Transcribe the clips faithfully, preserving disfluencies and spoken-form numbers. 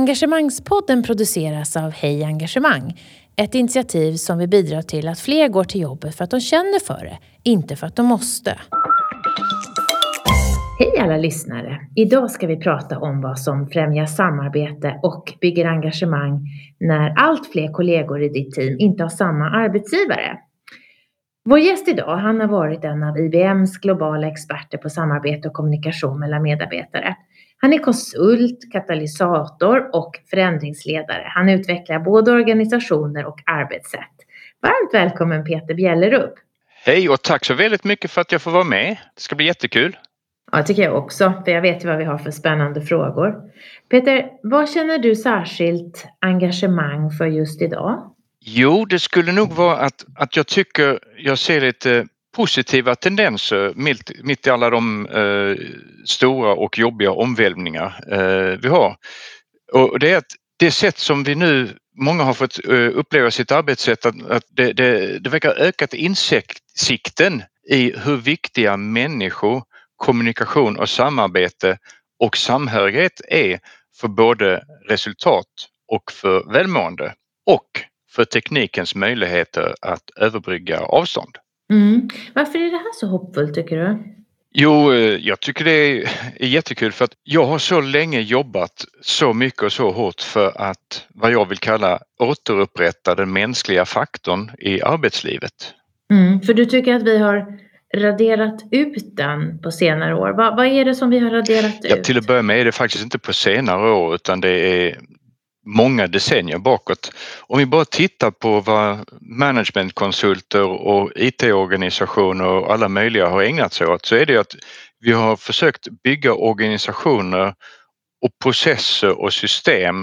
Engagemangspodden produceras av Hej Engagemang. Ett initiativ som vill bidra till att fler går till jobbet för att de känner för det, inte för att de måste. Hej alla lyssnare! Idag ska vi prata om vad som främjar samarbete och bygger engagemang när allt fler kollegor i ditt team inte har samma arbetsgivare. Vår gäst idag, han har varit en av I B M:s globala experter på samarbete och kommunikation mellan medarbetare. Han är konsult, katalysator och förändringsledare. Han utvecklar både organisationer och arbetssätt. Varmt välkommen Peter Bjellerup. Hej och tack så väldigt mycket för att jag får vara med. Det ska bli jättekul. Ja, det tycker jag också, för jag vet ju vad vi har för spännande frågor. Peter, vad känner du särskilt engagemang för just idag? Jo, det skulle nog vara att, att jag tycker jag ser lite positiva tendenser mitt, mitt i alla de eh, stora och jobbiga omvälvningar eh, vi har. Och det är att det sätt som vi nu, många har fått eh, uppleva sitt arbetssätt, att, att det, det, det verkar ökat insikten i hur viktiga människor, kommunikation och samarbete och samhörighet är för både resultat och för välmående och för teknikens möjligheter att överbrygga avstånd. Mm. Varför är det här så hoppfullt tycker du? Jo, jag tycker det är jättekul för att jag har så länge jobbat så mycket och så hårt för att, vad jag vill kalla, återupprätta den mänskliga faktorn i arbetslivet. Mm, för du tycker att vi har raderat ut den på senare år. Va, vad är det som vi har raderat ut? Ja, till att börja med är det faktiskt inte på senare år utan det är många decennier bakåt. Om vi bara tittar på vad managementkonsulter och I T-organisationer och alla möjliga har ägnat sig åt, så är det att vi har försökt bygga organisationer och processer och system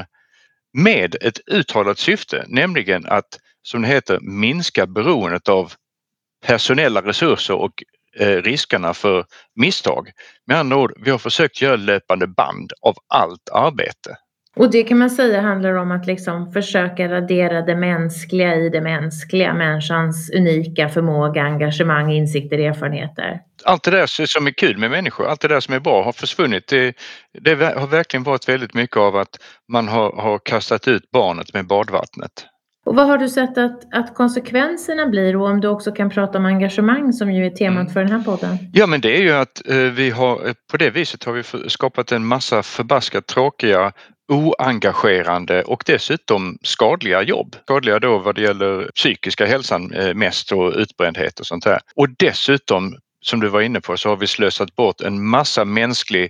med ett uttalat syfte, nämligen att, som det heter, minska beroendet av personella resurser och eh, riskerna för misstag. Med andra ord, vi har försökt göra löpande band av allt arbete. Och det kan man säga handlar om att liksom försöka radera det mänskliga i det mänskliga, människans unika förmåga, engagemang, insikter, erfarenheter. Allt det där som är kul med människor, allt det där som är bra har försvunnit. Det, det har verkligen varit väldigt mycket av att man har, har kastat ut barnet med badvattnet. Och vad har du sett att, att konsekvenserna blir, och om du också kan prata om engagemang som ju är temat mm. för den här podden? Ja, men det är ju att eh, vi har, på det viset har vi skapat en massa förbaskat tråkiga, oengagerande och dessutom skadliga jobb. Skadliga då vad det gäller psykiska hälsan eh, mest och utbrändhet och sånt här. Och dessutom, som du var inne på, så har vi slösat bort en massa mänsklig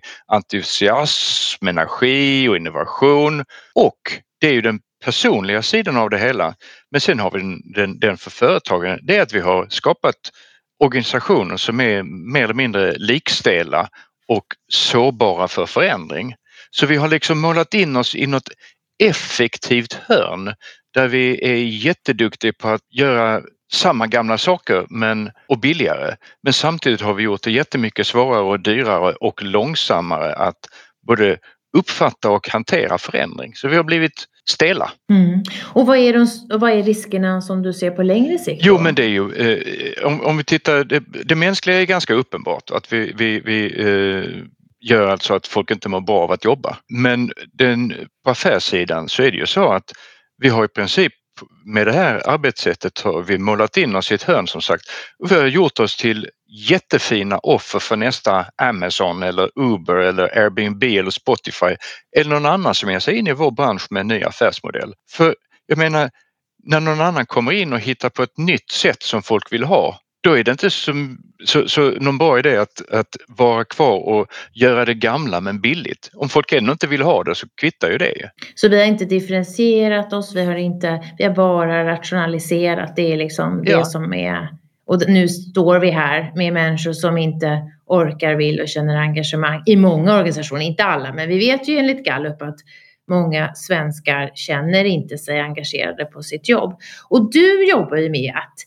entusiasm, energi och innovation, och det är ju den personliga sidan av det hela. Men sen har vi den, den, den för företagen, det är att vi har skapat organisationer som är mer eller mindre likställa och sårbara för förändring. Så vi har liksom målat in oss i något effektivt hörn där vi är jätteduktiga på att göra samma gamla saker men, och billigare. Men samtidigt har vi gjort det jättemycket svårare och dyrare och långsammare att både uppfatta och hantera förändring. Så vi har blivit stela. Mm. Och vad är, de, vad är riskerna som du ser på längre sikt? Jo, men det är ju, eh, om, om vi tittar, det, det mänskliga är ganska uppenbart. Att vi, vi, vi eh, gör alltså att folk inte mår bra av att jobba. Men den, på affärssidan så är det ju så att vi har i princip med det här arbetssättet har vi målat in oss i ett hörn, som sagt. Vi har gjort oss till jättefina offer för nästa Amazon eller Uber eller Airbnb eller Spotify eller någon annan som ger sig in i vår bransch med en ny affärsmodell. För jag menar, när någon annan kommer in och hittar på ett nytt sätt som folk vill ha, då är det inte så, så, så någon bra idé att, att vara kvar och göra det gamla men billigt. Om folk ändå inte vill ha det så kvittar ju det. Så vi har inte differentierat oss, vi har, inte, vi har bara rationaliserat, det är liksom det ja. som är... Och nu står vi här med människor som inte orkar, vill och känner engagemang i många organisationer, inte alla, men vi vet ju enligt Gallup att många svenskar känner inte sig engagerade på sitt jobb. Och du jobbar ju med att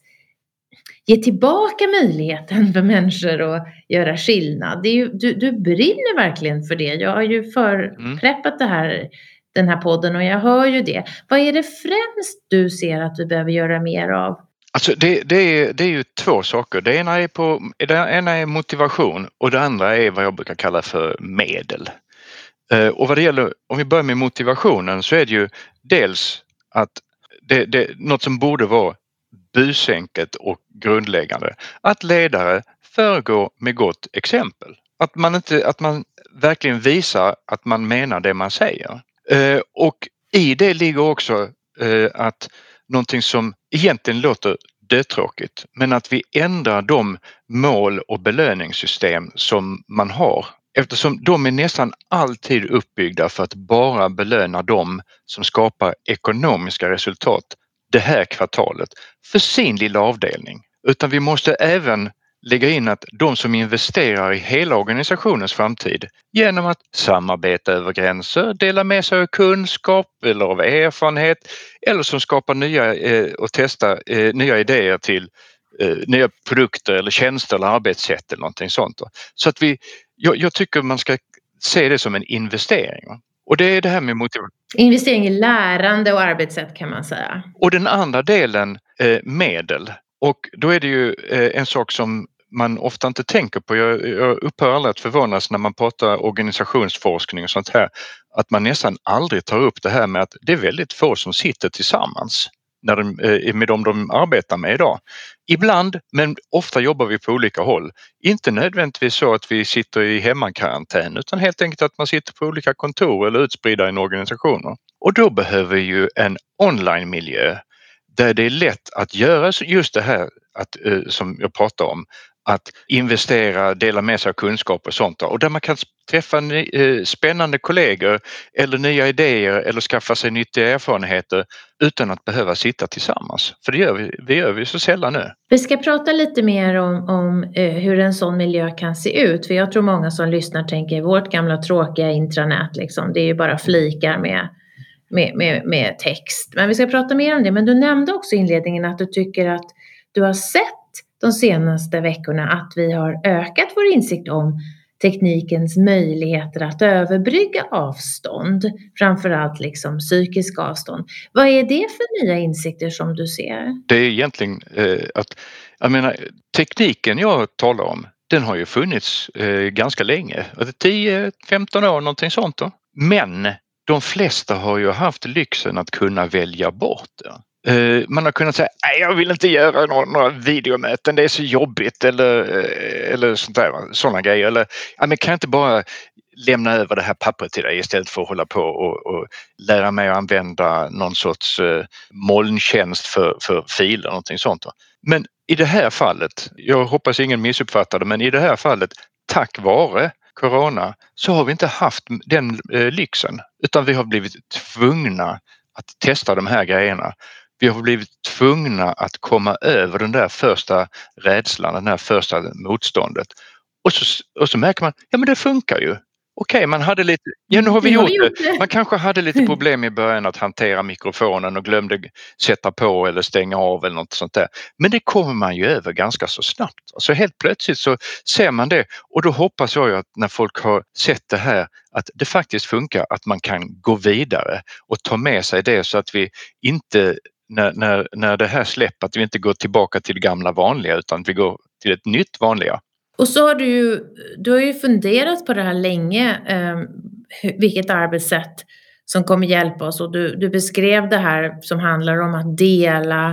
ge tillbaka möjligheten för människor att göra skillnad. Det är ju, du, du brinner verkligen för det. Jag har ju förpreppat det här, den här podden, och jag hör ju det. Vad är det främst du ser att vi behöver göra mer av? Alltså det, det, är, det är ju två saker. Det ena är, på, det ena är motivation och det andra är vad jag brukar kalla för medel. Och vad det gäller, om vi börjar med motivationen, så är det ju dels att det, det något som borde vara busenkelt och grundläggande. Att ledare föregår med gott exempel. Att man, inte, att man verkligen visar att man menar det man säger. Eh, och i det ligger också eh, att någonting som egentligen låter dödtråkigt, men att vi ändrar de mål och belöningssystem som man har. Eftersom de är nästan alltid uppbyggda för att bara belöna dem som skapar ekonomiska resultat det här kvartalet för sin lilla avdelning. Utan vi måste även lägga in att de som investerar i hela organisationens framtid genom att samarbeta över gränser, dela med sig av kunskap eller av erfarenhet, eller som skapar nya eh, och testar eh, nya idéer till eh, nya produkter eller tjänster eller arbetssätt eller någonting sånt. Då. Så att vi, jag, jag tycker man ska se det som en investering. Va? Och det är det här med motivation. Investering i lärande och arbetssätt kan man säga. Och den andra delen, eh, medel. Och då är det ju eh, en sak som man ofta inte tänker på. Jag, jag upphör aldrig att förvånas när man pratar organisationsforskning och sånt här. Att man nästan aldrig tar upp det här med att det är väldigt få som sitter tillsammans när de, eh, med dem de arbetar med idag. Ibland, men ofta jobbar vi på olika håll. Inte nödvändigtvis så att vi sitter i hemmakarantän, utan helt enkelt att man sitter på olika kontor eller utspridda i en organisation. Och då behöver ju en online-miljö där det är lätt att göra just det här att, eh, som jag pratar om. Att investera, dela med sig av kunskap och sånt. Och där man kan träffa ny, eh, spännande kollegor eller nya idéer eller skaffa sig nyttiga erfarenheter utan att behöva sitta tillsammans. För det gör vi, det gör vi så sällan nu. Vi ska prata lite mer om, om eh, hur en sån miljö kan se ut. För jag tror många som lyssnar tänker vårt gamla tråkiga intranät liksom. Det är ju bara flikar med, med, med, med text. Men vi ska prata mer om det. Men du nämnde också i inledningen att du tycker att du har sett de senaste veckorna att vi har ökat vår insikt om teknikens möjligheter att överbrygga avstånd, framförallt liksom psykisk avstånd. Vad är det för nya insikter som du ser? Det är egentligen eh, att, jag menar, tekniken jag talar om, den har ju funnits eh, ganska länge, tio femton år någonting sånt då. Men de flesta har ju haft lyxen att kunna välja bort det. Uh, man har kunnat säga, nej jag vill inte göra några, några videomöten, det är så jobbigt eller, eller sånt där, sådana grejer. Eller ja, men kan jag inte bara lämna över det här pappret till dig istället för att hålla på och, och lära mig att använda någon sorts uh, molntjänst för, för filer och någonting sånt. Då. Men i det här fallet, jag hoppas ingen missuppfattar det, men i det här fallet, tack vare corona, så har vi inte haft den uh, lyxen, utan vi har blivit tvungna att testa de här grejerna. Vi har blivit tvungna att komma över den där första rädslan, den där första motståndet. Och så, och så märker man, ja men det funkar ju. Okej, man hade lite, ja nu har vi gjort det. Man kanske hade lite problem i början att hantera mikrofonen och glömde sätta på eller stänga av eller något sånt där. Men det kommer man ju över ganska så snabbt. Så helt plötsligt så ser man det och då hoppas jag ju att när folk har sett det här att det faktiskt funkar, att man kan gå vidare och ta med sig det så att vi inte, när, när, när det här släpper, att vi inte går tillbaka till det gamla vanliga utan vi går till ett nytt vanliga. Och så har du ju, du har ju funderat på det här länge, eh, vilket arbetssätt som kommer hjälpa oss. Och du, du beskrev det här som handlar om att dela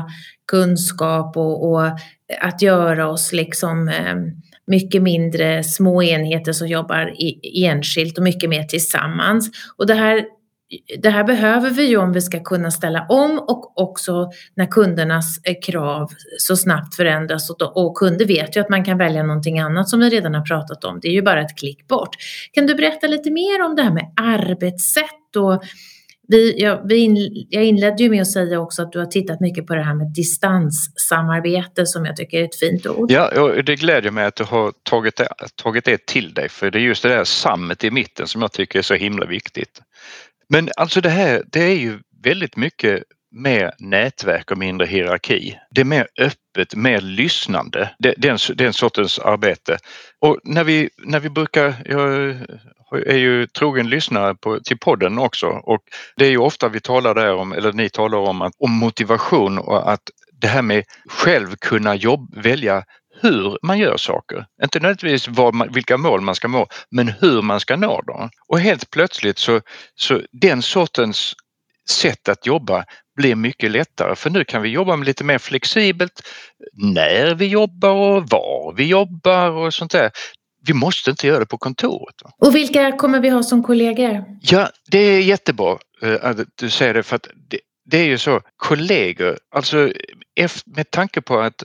kunskap och, och att göra oss liksom eh, mycket mindre små enheter som jobbar i, enskilt och mycket mer tillsammans. Och det här Det här behöver vi ju om vi ska kunna ställa om och också när kundernas krav så snabbt förändras och, och kunder vet ju att man kan välja någonting annat som vi redan har pratat om. Det är ju bara ett klick bort. Kan du berätta lite mer om det här med arbetssätt? Och vi, jag, vi in, jag inledde ju med att säga också att du har tittat mycket på det här med distanssamarbete som jag tycker är ett fint ord. Ja, det glädjer mig att du har tagit det, tagit det till dig, för det är just det där sammet i mitten som jag tycker är så himla viktigt. Men alltså det här, det är ju väldigt mycket mer nätverk och mindre hierarki. Det är mer öppet, mer lyssnande, det, den, den sortens arbete. Och när vi, när vi brukar, jag är ju trogen lyssnare på, till podden också, och det är ju ofta vi talar där om, eller ni talar om, att, om motivation och att det här med själv kunna jobb, välja hur man gör saker. Inte nödvändigtvis vad man, vilka mål man ska nå, men hur man ska nå dem. Och helt plötsligt så, så den sortens sätt att jobba blir mycket lättare, för nu kan vi jobba med lite mer flexibelt när vi jobbar och var vi jobbar och sånt där. Vi måste inte göra det på kontoret. Och vilka kommer vi ha som kollegor? Ja, det är jättebra att du säger det, för att det, det är ju så, kollegor, alltså med tanke på att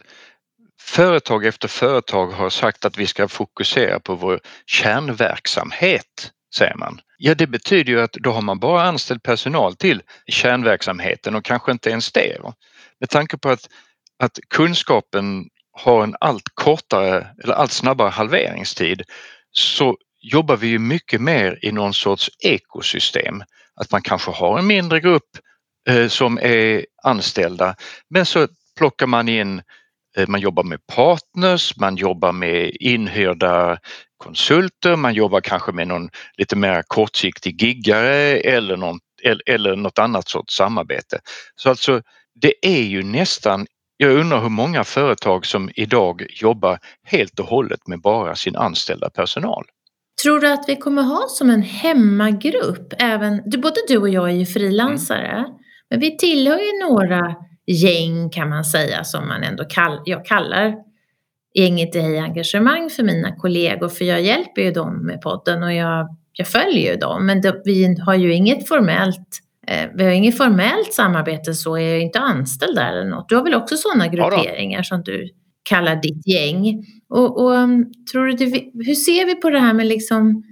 företag efter företag har sagt att vi ska fokusera på vår kärnverksamhet, säger man. Ja, det betyder ju att då har man bara anställd personal till kärnverksamheten och kanske inte ens det. Med tanke på att, att kunskapen har en allt kortare eller allt snabbare halveringstid, så jobbar vi ju mycket mer i någon sorts ekosystem. Att man kanske har en mindre grupp eh, som är anställda, men så plockar man in, eh, man jobbar med partners, man jobbar med inhyrda konsulter, man jobbar kanske med någon lite mer kortsiktig giggare eller, någon, eller, eller något annat sorts samarbete. Så alltså det är ju nästan, jag undrar hur många företag som idag jobbar helt och hållet med bara sin anställda personal. Tror du att vi kommer ha som en hemmagrupp? Även, både du och jag är ju frilansare, mm. men vi tillhör ju några gäng kan man säga, som man ändå kall, jag kallar gänget i engagemang för mina kollegor, för jag hjälper ju dem med podden och jag, jag följer ju dem, men det, vi har ju inget formellt eh, vi har inget formellt samarbete, så är jag inte anställd där eller något. Du har väl också sådana grupperingar ja som du kallar ditt gäng. Och, och tror du det, hur ser vi på det här med liksom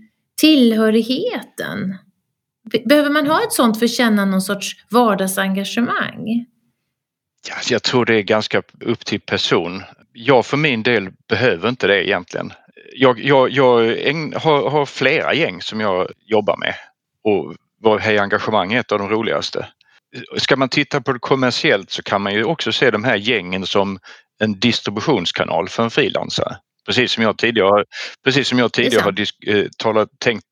tillhörigheten? Behöver man ha ett sånt för att känna någon sorts vardagsengagemang? Ja, jag tror det är ganska upp till person. Jag för min del behöver inte det egentligen. Jag, jag, jag har, har flera gäng som jag jobbar med, och var Hej Engagemang är ett av de roligaste. Ska man titta på det kommersiellt så kan man ju också se de här gängen som en distributionskanal för en frilansare. Precis som jag tidigare, precis som jag tidigare har disk, talat, tänkt,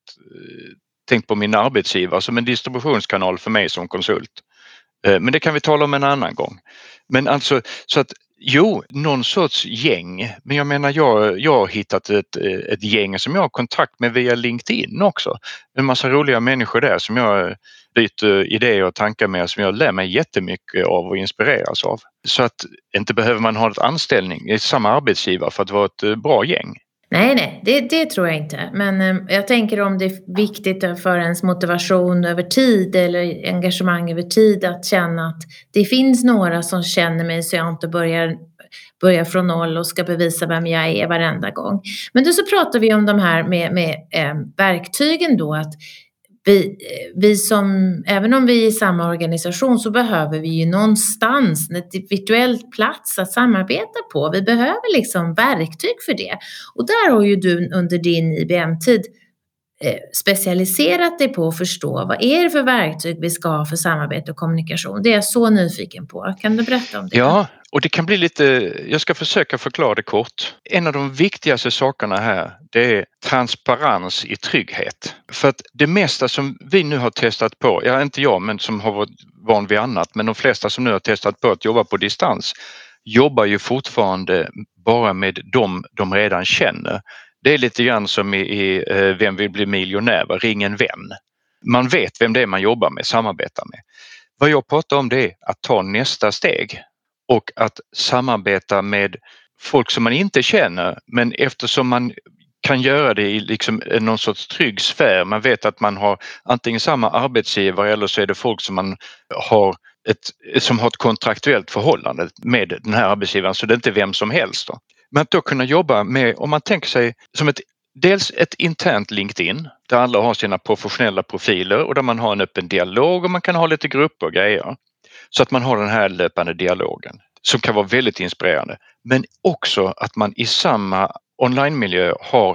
tänkt på min arbetsgivare som en distributionskanal för mig som konsult. Men det kan vi tala om en annan gång. Men alltså, så att jo, någon sorts gäng. Men jag menar, jag, jag har hittat ett, ett gäng som jag har kontakt med via LinkedIn också. En massa roliga människor där som jag byter idéer och tankar med, som jag lär mig jättemycket av och inspireras av. Så att inte behöver man ha ett anställning i samma arbetsgivare för att vara ett bra gäng. Nej, nej, det, det tror jag inte. Men eh, jag tänker om det är viktigt för ens motivation över tid eller engagemang över tid att känna att det finns några som känner mig så jag inte börjar, börjar från noll och ska bevisa vem jag är varenda gång. Men då så pratar vi om de här med, med eh, verktygen då, att vi, vi som, även om vi är i samma organisation så behöver vi ju någonstans ett virtuellt plats att samarbeta på. Vi behöver liksom verktyg för det. Och där har ju du under din I B M-tid eh, specialiserat dig på att förstå vad är det för verktyg vi ska ha för samarbete och kommunikation. Det är jag så nyfiken på. Kan du berätta om det? Ja, och det kan bli lite, jag ska försöka förklara det kort. En av de viktigaste sakerna här, det är transparens i trygghet. För att det mesta som vi nu har testat på, ja inte jag men som har varit van vid annat, men de flesta som nu har testat på att jobba på distans jobbar ju fortfarande bara med dem de redan känner. Det är lite grann som i, i Vem vill bli miljonär, ring en vän. Man vet vem det är man jobbar med, samarbetar med. Vad jag pratar om det är att ta nästa steg och att samarbeta med folk som man inte känner, men eftersom man kan göra det i liksom någon sorts trygg sfär. Man vet att man har antingen samma arbetsgivare eller så är det folk som man har ett, som har ett kontraktuellt förhållande med den här arbetsgivaren, så det är inte vem som helst då. Men att då kunna jobba med, om man tänker sig som ett, dels ett internt LinkedIn där alla har sina professionella profiler och där man har en öppen dialog och man kan ha lite grupper och grejer. Så att man har den här löpande dialogen som kan vara väldigt inspirerande. Men också att man i samma online-miljö har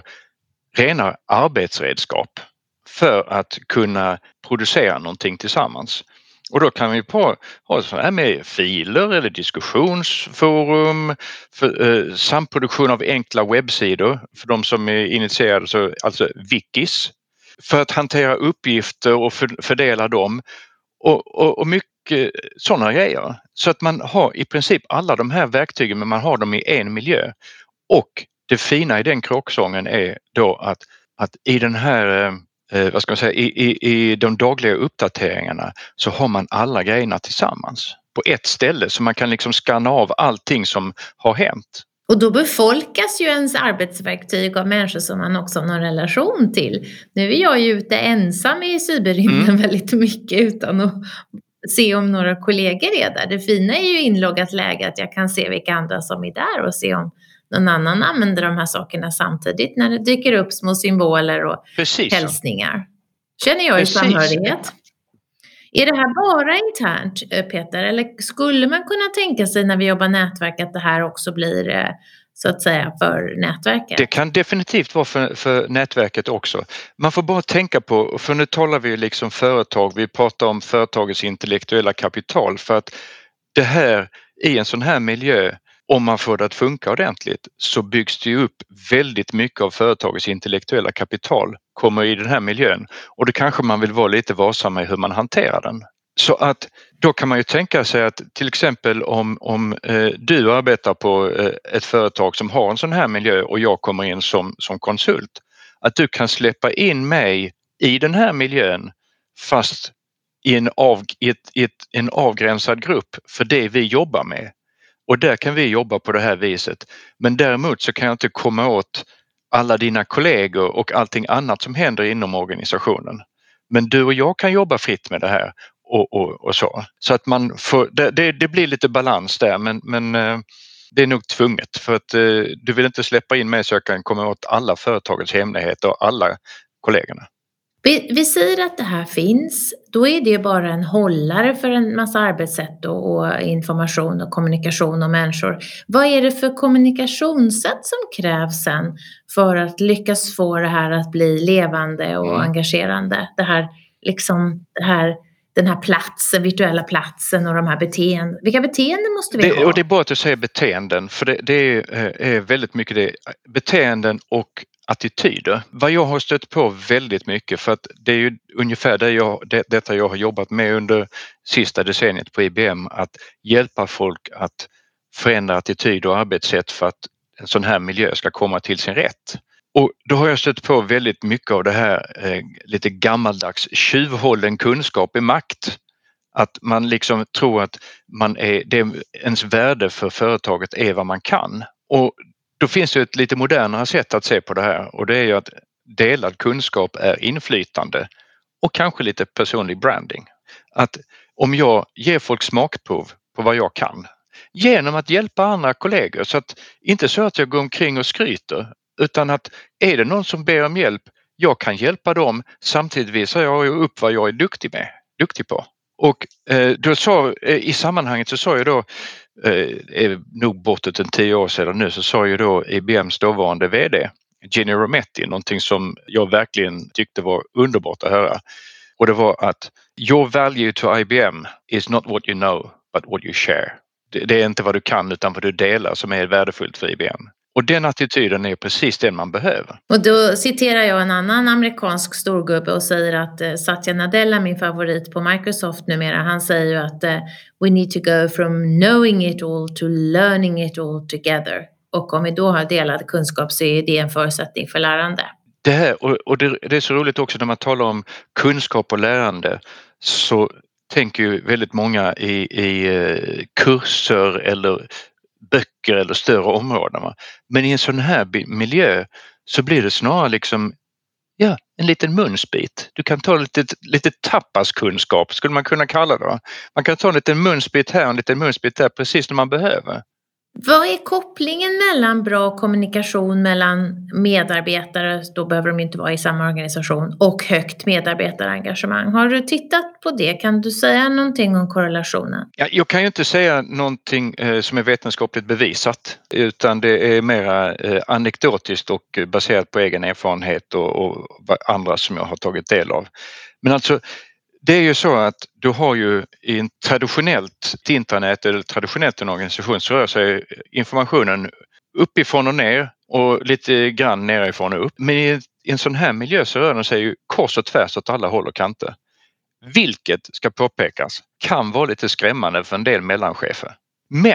rena arbetsredskap för att kunna producera någonting tillsammans. Och då kan vi på, ha så här med filer eller diskussionsforum, för, eh, samproduktion av enkla webbsidor för de som är initierade, så, alltså wikis, för att hantera uppgifter och för, fördela dem och, och, och mycket sådana grejer. Så att man har i princip alla de här verktygen, men man har dem i en miljö. Och det fina i den kråksången är då att, att i den här, eh, vad ska man säga, i, i, i de dagliga uppdateringarna så har man alla grejerna tillsammans på ett ställe så man kan liksom skanna av allting som har hänt. Och då befolkas ju ens arbetsverktyg av människor som man också har någon relation till. Nu är jag ju ute ensam i cyberrymden mm. väldigt mycket utan att se om några kollegor är där. Det fina är ju inloggat läge att jag kan se vilka andra som är där och se om någon annan använder de här sakerna samtidigt när det dyker upp små symboler och Precis. hälsningar. Känner jag ju samhörighet. Är det här bara internt, Peter? Eller skulle man kunna tänka sig när vi jobbar nätverk att det här också blir så att säga för nätverket? Det kan definitivt vara för, för nätverket också. Man får bara tänka på, för nu talar vi liksom företag, vi pratar om företagets intellektuella kapital för att det här i en sån här miljö, om man får det att funka ordentligt så byggs det ju upp väldigt mycket av företagets intellektuella kapital kommer i den här miljön och då kanske man vill vara lite varsam med hur man hanterar den. Så att då kan man ju tänka sig att till exempel om, om eh, du arbetar på eh, ett företag som har en sån här miljö och jag kommer in som, som konsult, att du kan släppa in mig i den här miljön fast i en, av, i ett, i ett, en avgränsad grupp för det vi jobbar med. Och där kan vi jobba på det här viset. Men däremot så kan jag inte komma åt alla dina kollegor och allting annat som händer inom organisationen. Men du och jag kan jobba fritt med det här och, och, och så. Så att man får, det, det blir lite balans där men, men det är nog tvunget för att du vill inte släppa in mig så jag kan komma åt alla företagets hemligheter och alla kollegorna. Vi, vi säger att det här finns, då är det bara en hållare för en massa arbetssätt och, och information och kommunikation och människor. Vad är det för kommunikationssätt som krävs sen för att lyckas få det här att bli levande och mm. engagerande? Det här, liksom, det här, den här platsen, virtuella platsen och de här beteenden. Vilka beteenden måste vi det, ha? Och det är bra att du säger beteenden för det, det är, är väldigt mycket det. Beteenden och attityder. Vad jag har stött på väldigt mycket för att det är ju ungefär det jag, det, detta jag har jobbat med under sista decenniet på I B M att hjälpa folk att förändra attityd och arbetssätt för att en sån här miljö ska komma till sin rätt. Och då har jag stött på väldigt mycket av det här eh, lite gammaldags tjuvhållen kunskap i makt. Att man liksom tror att man är, det, ens värde för företaget är vad man kan. Och då finns det ett lite modernare sätt att se på det här och det är ju att delad kunskap är inflytande och kanske lite personlig branding. Att om jag ger folk smakprov på vad jag kan genom att hjälpa andra kollegor så att inte så att jag går omkring och skryter utan att är det någon som ber om hjälp, jag kan hjälpa dem samtidigt visar jag upp vad jag är duktig med, duktig på. Och eh, då sa, eh, i sammanhanget så sa jag då eh, nog bortåt en tio år sedan nu så sa ju då I B M:s dåvarande vd Ginny Rometty någonting som jag verkligen tyckte var underbart att höra. Och det var att your value to I B M is not what you know but what you share. Det, det är inte vad du kan utan vad du delar som är värdefullt för I B M. Och den attityden är precis den man behöver. Och då citerar jag en annan amerikansk storgubbe och säger att uh, Satya Nadella, min favorit på Microsoft numera, han säger ju att uh, we need to go from knowing it all to learning it all together. Och om vi då har delad kunskap så är det en förutsättning för lärande. Det här, och, och det, det är så roligt också när man talar om kunskap och lärande så tänker ju väldigt många i, i uh, kurser eller böcker eller större områden. Va? Men i en sån här miljö så blir det snarare liksom ja, en liten munsbit. Du kan ta lite, lite tapaskunskap skulle man kunna kalla det. Va? Man kan ta en liten munsbit här och en liten munsbit där precis när man behöver. Vad är kopplingen mellan bra kommunikation mellan medarbetare, då behöver de inte vara i samma organisation, och högt medarbetarengagemang? Har du tittat på det? Kan du säga någonting om korrelationen? Ja, jag kan ju inte säga någonting eh, som är vetenskapligt bevisat utan det är mera eh, anekdotiskt och baserat på egen erfarenhet och, och andra som jag har tagit del av. Men alltså det är ju så att du har ju i en traditionellt internet eller traditionellt en organisation så rör sig informationen uppifrån och ner och lite grann nerifrån och upp. Men i en sån här miljö så rör den sig ju kors och tvärs åt alla håll och kanter. Vilket, ska påpekas, kan vara lite skrämmande för en del mellanchefer. Men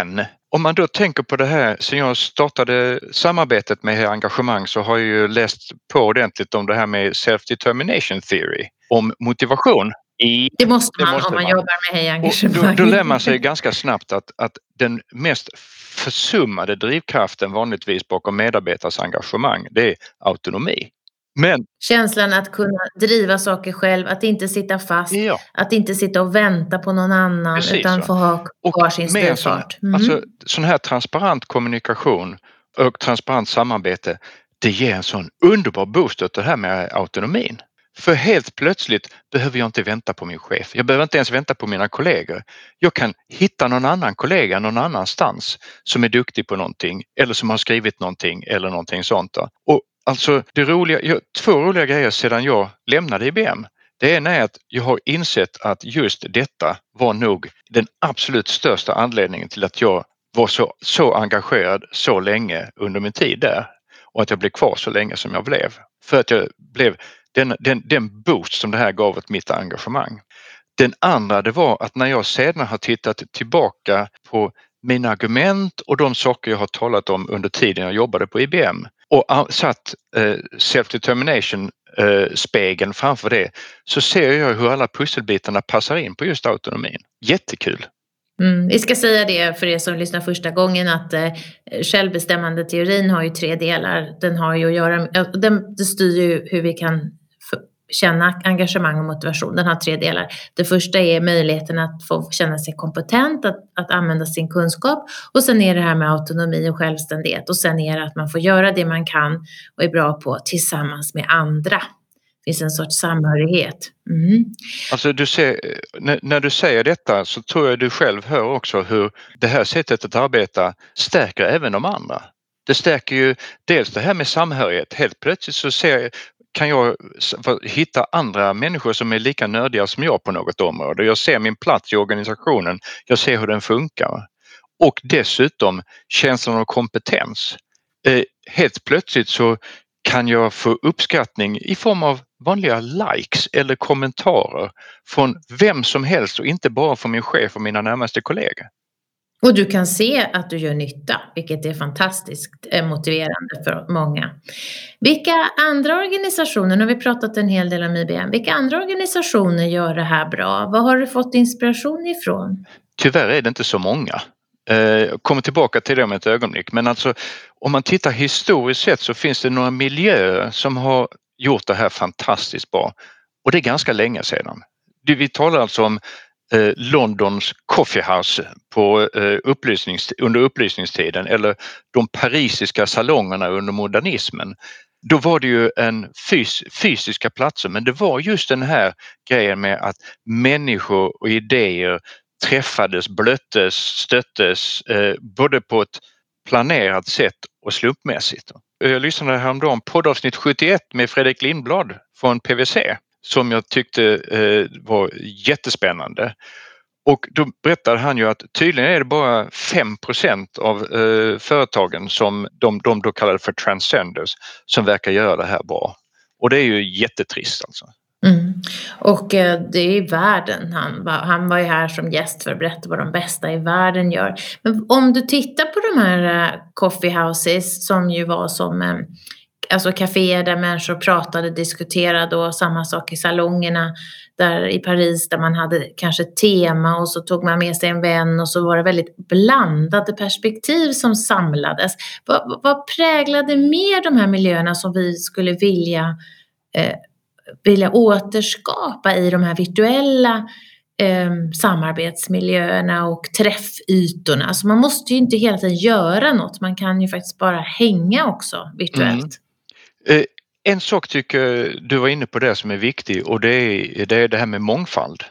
om man då tänker på det här, sen jag startade samarbetet med engagemang så har jag ju läst på ordentligt om det här med self-determination theory, om motivation. I, det måste man det måste om man, man jobbar med engagemang. Då, då lär man sig ganska snabbt att, att den mest försummade drivkraften vanligtvis bakom medarbetares engagemang, det är autonomi. Men, känslan att kunna driva saker själv, att inte sitta fast, ja. Att inte sitta och vänta på någon annan. Precis, utan få ha kvar sin styrfart. Mm. Alltså sån här transparent kommunikation och transparent samarbete, det ger en sån underbar boost åt det här med autonomin. För helt plötsligt behöver jag inte vänta på min chef. Jag behöver inte ens vänta på mina kollegor. Jag kan hitta någon annan kollega någon annanstans som är duktig på någonting eller som har skrivit någonting eller någonting sånt. Och alltså det roliga, jag, två roliga grejer sedan jag lämnade I B M. Det ena är att jag har insett att just detta var nog den absolut största anledningen till att jag var så, så engagerad så länge under min tid där. Och att jag blev kvar så länge som jag blev. För att jag blev den, den, den boost som det här gav åt mitt engagemang. Den andra det var att när jag sedan har tittat tillbaka på mina argument och de saker jag har talat om under tiden jag jobbade på I B M och satt eh, self-determination eh, spegeln framför det, så ser jag hur alla pusselbitarna passar in på just autonomin. Jättekul! Mm, vi ska säga det för er som lyssnar första gången att eh, självbestämmande teorin har ju tre delar. Den har ju att göra, den, det styr ju hur vi kan f- känna engagemang och motivation. Den har tre delar. Det första är möjligheten att få känna sig kompetent, att, att använda sin kunskap. Och sen är det här med autonomi och självständighet. Och sen är det att man får göra det man kan och är bra på tillsammans med andra. Det finns en sorts samhörighet. Mm. Alltså du ser, när, när du säger detta så tror jag du själv hör också hur det här sättet att arbeta stärker även de andra. Det stärker ju dels det här med samhörighet. Helt plötsligt så ser, kan jag hitta andra människor som är lika nördiga som jag på något område. Jag ser min plats i organisationen, jag ser hur den funkar. Och dessutom känslan av kompetens. Eh, helt plötsligt så kan jag få uppskattning i form av vanliga likes eller kommentarer från vem som helst och inte bara från min chef och mina närmaste kollegor. Och du kan se att du gör nytta, vilket är fantastiskt motiverande för många. Vilka andra organisationer, nu har vi pratat en hel del om I B M, vilka andra organisationer gör det här bra? Vad har du fått inspiration ifrån? Tyvärr är det inte så många. Jag kommer tillbaka till det om ett ögonblick, men alltså om man tittar historiskt sett så finns det några miljöer som har gjort det här fantastiskt bra och det är ganska länge sedan. Vi talar alltså om eh, Londons Coffee House på, eh, upplysnings, under upplysningstiden eller de parisiska salongerna under modernismen. Då var det ju en fys, fysiska platser, men det var just den här grejen med att människor och idéer träffades, blöttes, stöttes eh, både på ett planerat sätt och slumpmässigt. Jag lyssnade häromdagen på poddavsnitt sjuttioett med Fredrik Lindblad från P V C som jag tyckte eh, var jättespännande. Och då berättade han ju att tydligen är det bara fem procent av eh, företagen som de, de då kallade för transcenders som verkar göra det här bra. Och det är ju jättetrist alltså. Mm. Och eh, det är i världen, han var, han var ju här som gäst för att berätta vad de bästa i världen gör. Men om du tittar på de här eh, coffee houses som ju var som eh, alltså kaféer där människor pratade, diskuterade och samma sak i salongerna där i Paris där man hade kanske tema och så tog man med sig en vän och så var det väldigt blandade perspektiv som samlades. Vad, vad präglade mer de här miljöerna som vi skulle vilja eh, vilja återskapa i de här virtuella eh, samarbetsmiljöerna och träffytorna. Alltså man måste ju inte hela tiden göra något. Man kan ju faktiskt bara hänga också virtuellt. Mm. Eh, en sak tycker du var inne på det som är viktig och det är det, är det här med mångfald.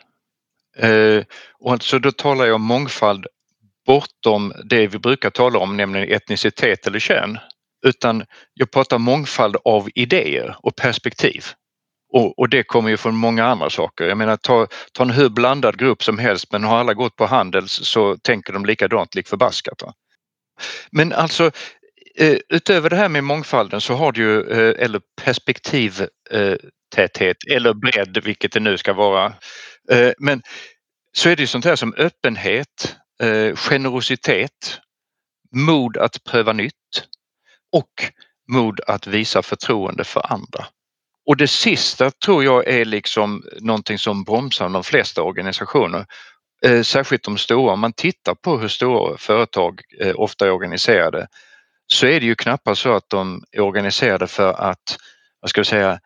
Eh, och alltså då talar jag om mångfald bortom det vi brukar tala om, nämligen etnicitet eller kön. Utan jag pratar mångfald av idéer och perspektiv. Och, och det kommer ju från många andra saker. Jag menar, ta, ta en hur blandad grupp som helst, men har alla gått på Handels så tänker de likadant, lik förbaskat. Va? Men alltså, eh, utöver det här med mångfalden så har du ju, eh, eller perspektivtäthet, eh, eller bredd, vilket det nu ska vara. Eh, men så är det ju sånt här som öppenhet, eh, generositet, mod att pröva nytt och mod att visa förtroende för andra. Och det sista tror jag är liksom någonting som bromsar de flesta organisationer. Eh, särskilt de stora. Om man tittar på hur stora företag eh, ofta är organiserade, så är det ju knappast så att de är organiserade för att, vad ska jag säga,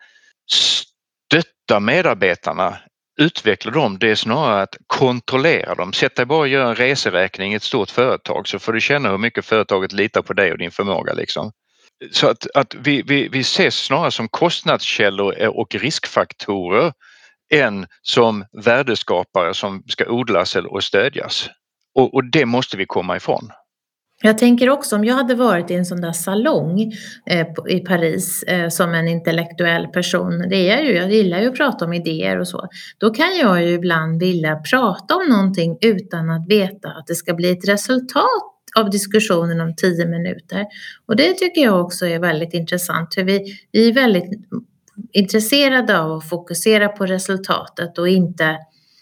stötta medarbetarna, utveckla dem. Det är snarare att kontrollera dem. Sätt dig bara och gör en reseräkning i ett stort företag, så får du känna hur mycket företaget litar på dig och din förmåga liksom. Så att, att vi, vi, vi ses snarare som kostnadskällor och riskfaktorer än som värdeskapare som ska odlas och stödjas. Och, och det måste vi komma ifrån. Jag tänker också, om jag hade varit i en sån där salong eh, i Paris eh, som en intellektuell person, det är jag ju, jag gillar ju att prata om idéer och så, då kan jag ju ibland vilja prata om någonting utan att veta att det ska bli ett resultat av diskussionen om tio minuter. Och det tycker jag också är väldigt intressant, för vi, vi är väldigt intresserade av att fokusera på resultatet och inte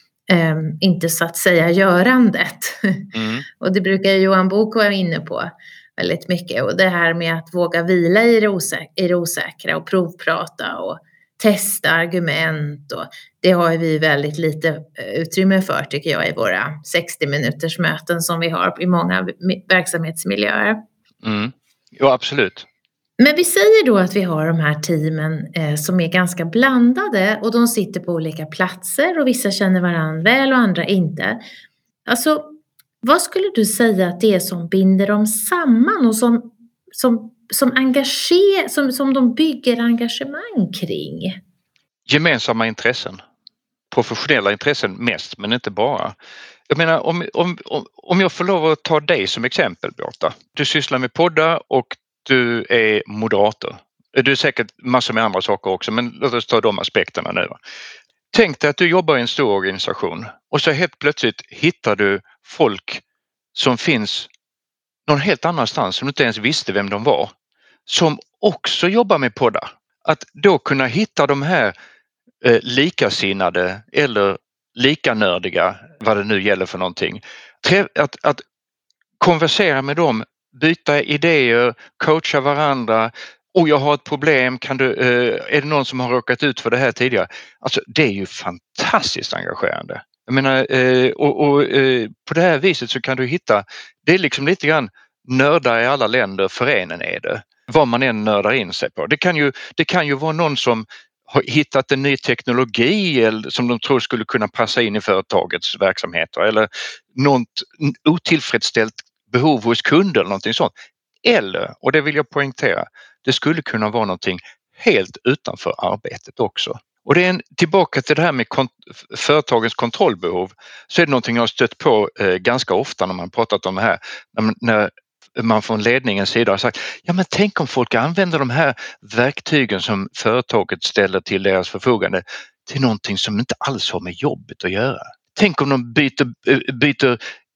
Um, inte så att säga görandet. Mm. Och det brukar Johan Bok vara inne på väldigt mycket. Och det här med att våga vila i det, osäk- i det osäkra och provprata och testa argument. Och det har vi väldigt lite utrymme för, tycker jag, i våra sextio minuters möten som vi har i många verksamhetsmiljöer. Mm. Ja, absolut. Men vi säger då att vi har de här teamen eh, som är ganska blandade och de sitter på olika platser och vissa känner varandra väl och andra inte. Alltså, vad skulle du säga att det är som binder dem samman och som, som, som, engager, som, som de bygger engagemang kring? Gemensamma intressen. Professionella intressen mest, men inte bara. Jag menar, om, om, om jag får lov att ta dig som exempel, Beata. Du sysslar med poddar och du är moderator. Du är säkert massor med andra saker också, men låt oss ta de aspekterna nu. Tänk dig att du jobbar i en stor organisation och så helt plötsligt hittar du folk som finns någon helt annanstans som du inte ens visste vem de var, som också jobbar med poddar. Att då kunna hitta de här eh, likasinnade eller lika nördiga, vad det nu gäller för någonting. Att, att konversera med dem, byta idéer, coacha varandra. Och jag har ett problem, kan du, eh, är det någon som har råkat ut för det här tidigare? Alltså det är ju fantastiskt engagerande. Jag menar, eh, och, och eh, på det här viset så kan du hitta, det är liksom lite grann nördar i alla länder, föreningen är det. Vad man än nördar in sig på. Det kan ju, det kan ju vara någon som har hittat en ny teknologi eller, som de tror skulle kunna passa in i företagets verksamheter, eller något otillfredsställt behov hos kunder eller någonting sånt. Eller, och det vill jag poängtera, det skulle kunna vara någonting helt utanför arbetet också. Och det är en, tillbaka till det här med kont- företagens kontrollbehov, så är det någonting jag har stött på eh, ganska ofta när man pratat om det här. När, när man från ledningens sida har sagt, ja men tänk om folk använder de här verktygen som företaget ställer till deras förfogande till någonting som inte alls har med jobbet att göra. Tänk om de byter, byter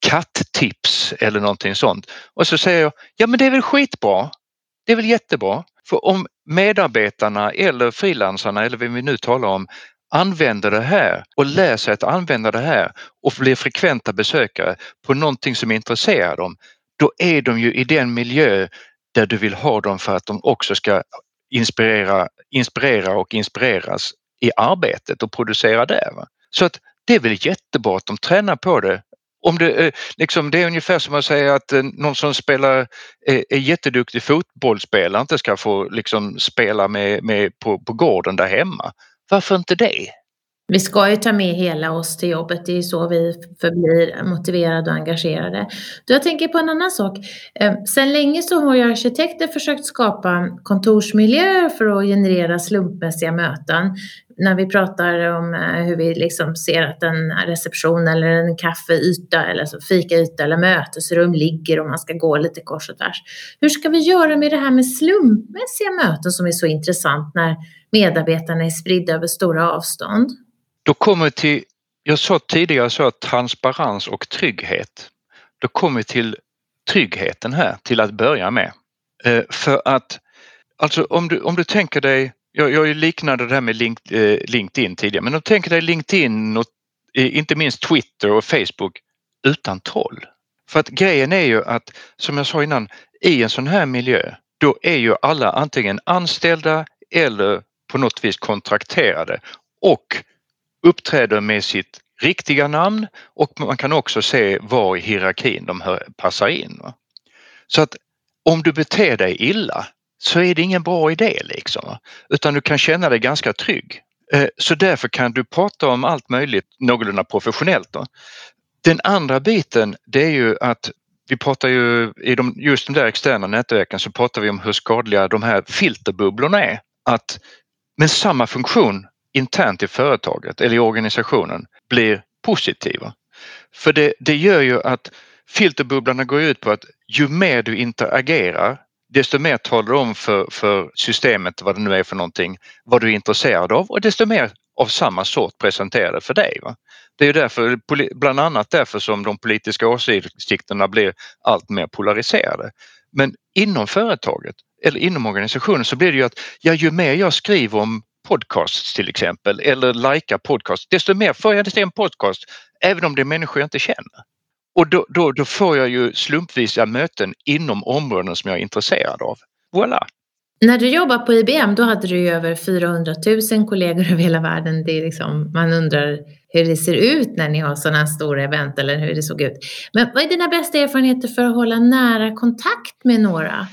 katttips eller någonting sånt. Och så säger jag, ja men det är väl skitbra. Det är väl jättebra. För om medarbetarna eller frilansarna eller vem vi nu talar om använder det här och lär sig att använda det här och blir frekventa besökare på någonting som intresserar dem, då är de ju i den miljö där du vill ha dem för att de också ska inspirera, inspirera och inspireras i arbetet och producera där. Så att det är väl jättebra att de tränar på det. Om det, liksom, det är ungefär som att säga att någon som spelar, är, är jätteduktig fotbollsspelare inte ska få liksom, spela med, med på, på gården där hemma. Varför inte det? Vi ska ju ta med hela oss till jobbet, det är ju så vi förblir motiverade och engagerade. Jag tänker på en annan sak. Sen länge så har ju arkitekter försökt skapa kontorsmiljöer för att generera slumpmässiga möten. När vi pratar om hur vi liksom ser att en reception eller en kaffeyta eller så fikayta eller mötesrum ligger och man ska gå lite kors och tvärs. Hur ska vi göra med det här med slumpmässiga möten som är så intressant när medarbetarna är spridda över stora avstånd? Då kommer till, jag sa tidigare så att transparens och trygghet. Då kommer vi till tryggheten här till att börja med. Eh, för att, alltså om du, om du tänker dig, jag, jag liknade det här med link, eh, LinkedIn tidigare, men om du tänker dig LinkedIn och eh, inte minst Twitter och Facebook utan troll. För att grejen är ju att, som jag sa innan, i en sån här miljö, då är ju alla antingen anställda eller på något vis kontrakterade och uppträder med sitt riktiga namn, och man kan också se var i hierarkin de hör, passar in. Va? Så att om du beter dig illa så är det ingen bra idé liksom, va? Utan du kan känna dig ganska trygg. Så därför kan du prata om allt möjligt någorlunda professionellt. Då. Den andra biten, det är ju att vi pratar ju i de, just de där externa nätverken, så pratar vi om hur skadliga de här filterbubblorna är. Att med samma funktion internt i företaget eller i organisationen blir positiva. För det, det gör ju att filterbubblorna går ut på att ju mer du interagerar, desto mer talar du om för, för systemet, vad det nu är för någonting, vad du är intresserad av, och desto mer av samma sort presenterar det för dig. Va? Det är ju därför, bland annat därför som de politiska åsikterna blir allt mer polariserade. Men inom företaget eller inom organisationen så blir det ju att ja, ju mer jag skriver om podcasts till exempel, eller likar podcast, desto mer får jag se en podcast, även om det är människor jag inte känner. Och då, då, då får jag ju slumpvisa möten inom områden som jag är intresserad av. Voilà! När du jobbar på I B M, då hade du ju över fyrahundratusen kollegor över hela världen. Det är liksom, man undrar hur det ser ut när ni har sådana stora event, eller hur det såg ut. Men vad är dina bästa erfarenheter för att hålla nära kontakt med några?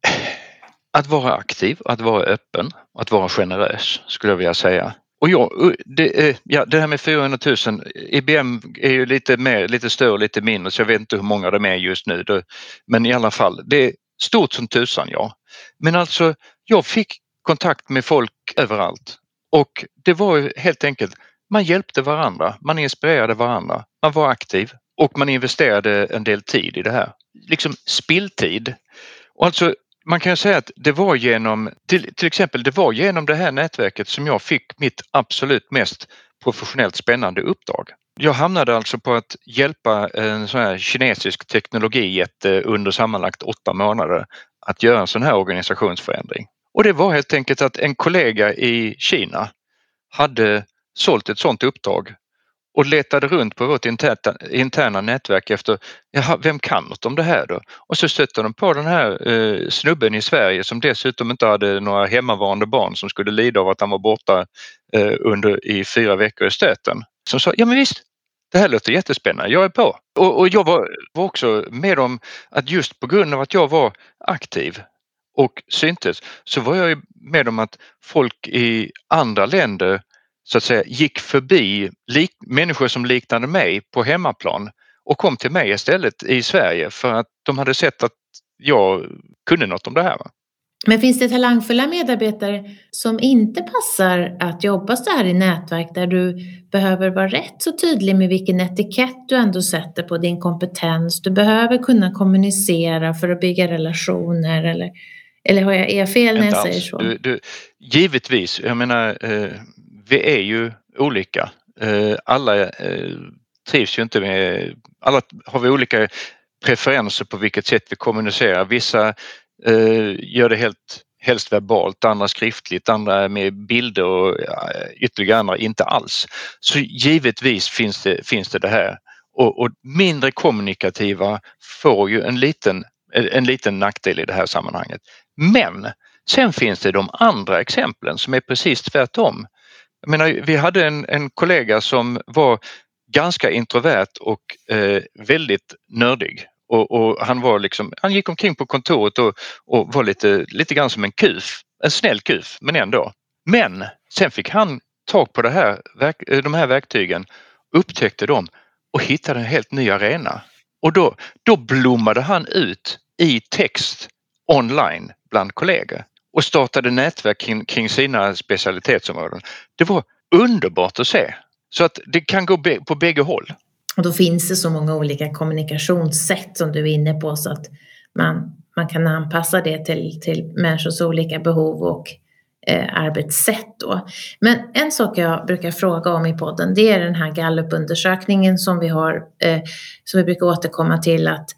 Att vara aktiv, att vara öppen, att vara generös skulle jag vilja säga. Och ja, det, ja, det här med fyrahundratusen, I B M är ju lite mer, lite större och lite mindre, så jag vet inte hur många de är just nu. Men i alla fall, det är stort som tusan, ja. Men alltså, jag fick kontakt med folk överallt. Och det var ju helt enkelt, man hjälpte varandra, man inspirerade varandra, man var aktiv och man investerade en del tid i det här. Liksom spilltid. Och alltså, man kan säga att det var genom, till, till exempel det var genom det här nätverket som jag fick mitt absolut mest professionellt spännande uppdrag. Jag hamnade alltså på att hjälpa en sån här kinesisk teknologijätte under sammanlagt åtta månader att göra en sån här organisationsförändring. Och det var helt enkelt att en kollega i Kina hade sålt ett sånt uppdrag och letade runt på vårt interna, interna nätverk efter, jaha, vem kan något om det här då? Och så stötte de på den här eh, snubben i Sverige som dessutom inte hade några hemmavarande barn som skulle lida av att han var borta eh, under i fyra veckor i stöten. Som sa, ja men visst, det här låter jättespännande, jag är på. Och, och jag var, var också med om att just på grund av att jag var aktiv och syntes, så var jag med om att folk i andra länder så att säga gick förbi lik, människor som liknade mig på hemmaplan och kom till mig istället i Sverige för att de hade sett att jag kunde något om det här. Va? Men finns det talangfulla medarbetare som inte passar att jobba så här i nätverk där du behöver vara rätt så tydlig med vilken etikett du ändå sätter på din kompetens? Du behöver kunna kommunicera för att bygga relationer, eller, eller har jag är jag fel när jag säger så? Du, du, givetvis, jag menar eh, vi är ju olika. Eh, alla eh, trivs ju inte med, alla har vi olika preferenser på vilket sätt vi kommunicerar. Vissa eh, gör det helt helst verbalt, andra skriftligt, andra med bilder och ja, ytterligare andra inte alls. Så givetvis finns det, finns det det här. Och, och mindre kommunikativa får ju en liten, en liten nackdel i det här sammanhanget. Men sen finns det de andra exemplen som är precis tvärtom. Jag menar, vi hade en, en kollega som var ganska introvert och eh, väldigt nördig. Och, och han var liksom, han gick omkring på kontoret och, och var lite, lite grann som en kuf, en snäll kuf, men ändå. Men sen fick han tag på det här, de här verktygen, upptäckte dem och hittade en helt ny arena. Och då, då blommade han ut i text online bland kollegor och startade nätverk kring, kring sina specialitetsområden. Det var underbart att se. Så att det kan gå be, på bägge håll. Och då finns det så många olika kommunikationssätt som du är inne på, så att man, man kan anpassa det till, till människors olika behov och eh, arbetssätt då. Men en sak jag brukar fråga om i podden, det är den här Gallup-undersökningen som vi har, eh, som vi brukar återkomma till, att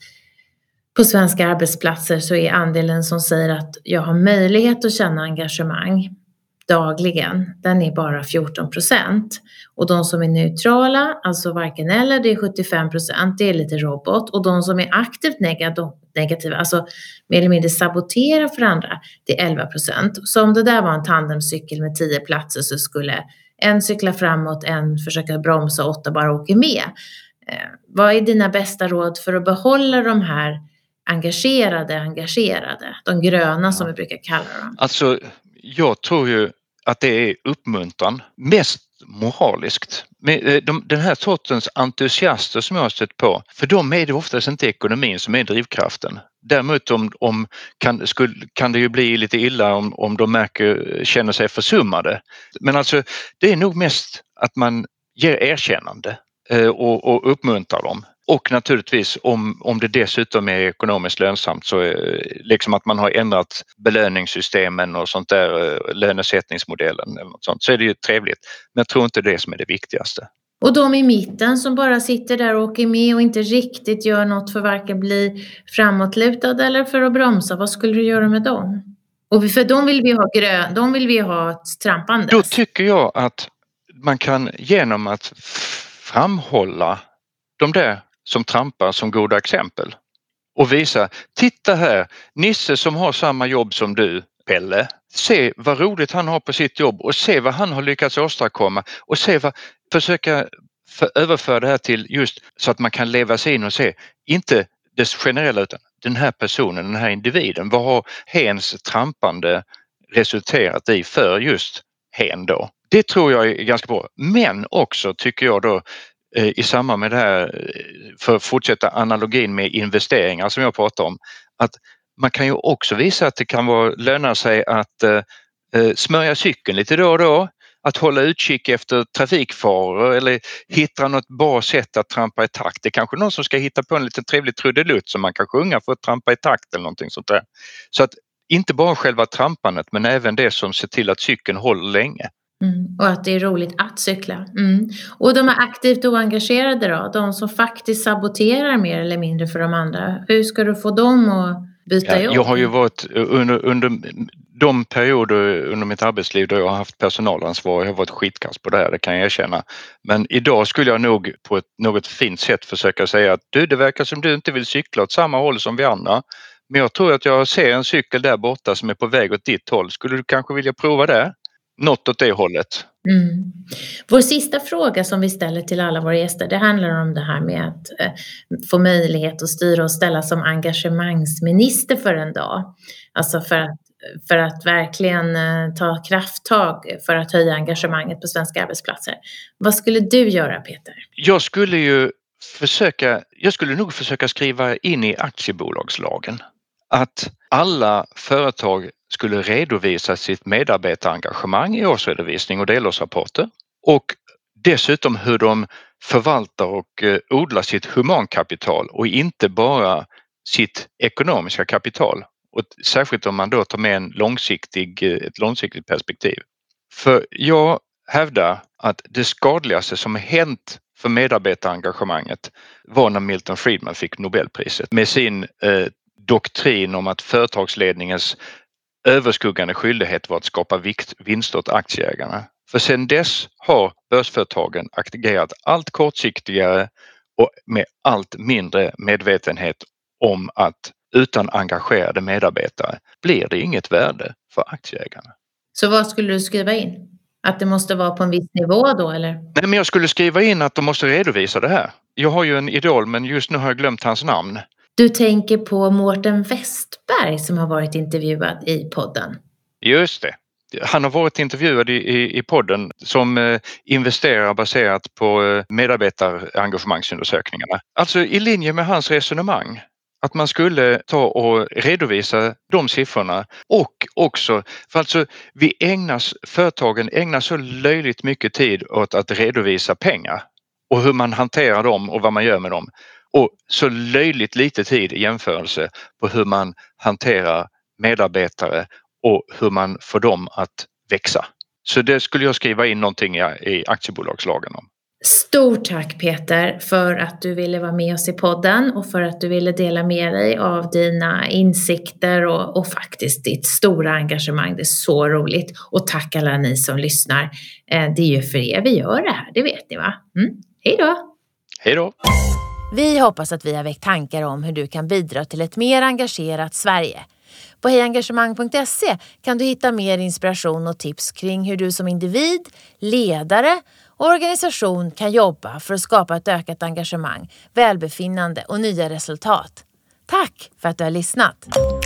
på svenska arbetsplatser så är andelen som säger att jag har möjlighet att känna engagemang dagligen, den är bara fjorton procent. Och de som är neutrala, alltså varken eller, det är sjuttiofem procent, det är lite robot. Och de som är aktivt negativa, alltså mer eller mindre saboterar för andra, det är elva procent. Så om det där var en tandemcykel med tio platser så skulle en cykla framåt, en försöka bromsa och åtta bara åker med. Eh, vad är dina bästa råd för att behålla de här engagerade, engagerade, de gröna som vi brukar kalla dem? Alltså, jag tror ju att det är uppmuntran, mest moraliskt. Men de, den här sortens entusiaster som jag har stött på, för dem är det oftast inte ekonomin som är drivkraften. Däremot om, om kan, skulle, kan det ju bli lite illa om, om de märker, känner sig försummade. Men alltså, det är nog mest att man ger erkännande eh, och, och uppmuntrar dem. Och naturligtvis om, om det dessutom är ekonomiskt lönsamt så är, liksom att man har ändrat belöningssystemen och sånt där, lönesättningsmodellen eller något sånt, så är det ju trevligt. Men jag tror inte det är som är det viktigaste. Och de i mitten som bara sitter där och åker med och inte riktigt gör något för varken bli framåtlutad eller för att bromsa, vad skulle du göra med dem? Och för de vill vi ha grön, de vill vi ha ett trampandes. Då tycker jag att man kan genom att framhålla de där som trampar som goda exempel och visa, titta här, Nisse som har samma jobb som du, Pelle, se vad roligt han har på sitt jobb och se vad han har lyckats åstadkomma och se vad, försöka för, överföra det här till just så att man kan leva sig in och se, inte det generella utan den här personen, den här individen, vad har hens trampande resulterat i för just hen då? Det tror jag är ganska bra, men också tycker jag då i samband med det här, för att fortsätta analogin med investeringar som jag pratar om, att man kan ju också visa att det kan vara, löna sig att eh, smörja cykeln lite då och då, att hålla utkik efter trafikfaror eller hitta något bra sätt att trampa i takt. Det är kanske någon som ska hitta på en liten trevlig trudelutt som man kan sjunga för att trampa i takt eller någonting sånt där. Så att inte bara själva trampandet men även det som ser till att cykeln håller länge. Mm, och att det är roligt att cykla. Mm. Och de är aktivt oengagerade då? De som faktiskt saboterar mer eller mindre för de andra. Hur ska du få dem att byta ja, jobb? Jag har ju varit under, under de perioder under mitt arbetsliv då jag har haft personalansvar. Jag har varit skitkass på det här, det kan jag erkänna. Men idag skulle jag nog på ett något fint sätt försöka säga att du, det verkar som du inte vill cykla åt samma håll som vi andra. Men jag tror att jag ser en cykel där borta som är på väg åt ditt håll. Skulle du kanske vilja prova det? Något åt det hållet. Mm. Vår sista fråga som vi ställer till alla våra gäster, det handlar om det här med att eh, få möjlighet att styra och ställa som engagemangsminister för en dag. Alltså för att, för att verkligen eh, ta krafttag för att höja engagemanget på svenska arbetsplatser. Vad skulle du göra, Peter? Jag skulle ju försöka, jag skulle nog försöka skriva in i aktiebolagslagen att alla företag skulle redovisa sitt medarbetarengagemang i årsredovisning och delårsrapporter och dessutom hur de förvaltar och odlar sitt humankapital och inte bara sitt ekonomiska kapital. Och särskilt om man då tar med en långsiktig, ett långsiktigt perspektiv. För jag hävdar att det skadligaste som hänt för medarbetarengagemanget var när Milton Friedman fick Nobelpriset med sin eh, doktrin om att företagsledningens överskuggande skyldighet var att skapa vikt, vinst åt aktieägarna. För sedan dess har börsföretagen agerat allt kortsiktigare och med allt mindre medvetenhet om att utan engagerade medarbetare blir det inget värde för aktieägarna. Så vad skulle du skriva in? Att det måste vara på en viss nivå då eller? Nej, men jag skulle skriva in att de måste redovisa det här. Jag har ju en idol men just nu har jag glömt hans namn. Du tänker på Mårten Westberg som har varit intervjuad i podden. Just det. Han har varit intervjuad i, i, i podden som eh, investerar baserat på eh, medarbetarengagemangsundesökningarna. Alltså i linje med hans resonemang. Att man skulle ta och redovisa de siffrorna och också, för alltså vi ägnas, företagen ägnar så löjligt mycket tid åt att redovisa pengar och hur man hanterar dem och vad man gör med dem. Och så löjligt lite tid i jämförelse på hur man hanterar medarbetare och hur man får dem att växa. Så det skulle jag skriva in någonting i, i aktiebolagslagen om. Stort tack Peter för att du ville vara med oss i podden och för att du ville dela med dig av dina insikter och, och faktiskt ditt stora engagemang. Det är så roligt. Och tack alla ni som lyssnar. Eh, det är ju för er vi gör det här, det vet ni va? Mm. Hej då! Hej då! Vi hoppas att vi har väckt tankar om hur du kan bidra till ett mer engagerat Sverige. På hejengagemang punkt se kan du hitta mer inspiration och tips kring hur du som individ, ledare och organisation kan jobba för att skapa ett ökat engagemang, välbefinnande och nya resultat. Tack för att du har lyssnat!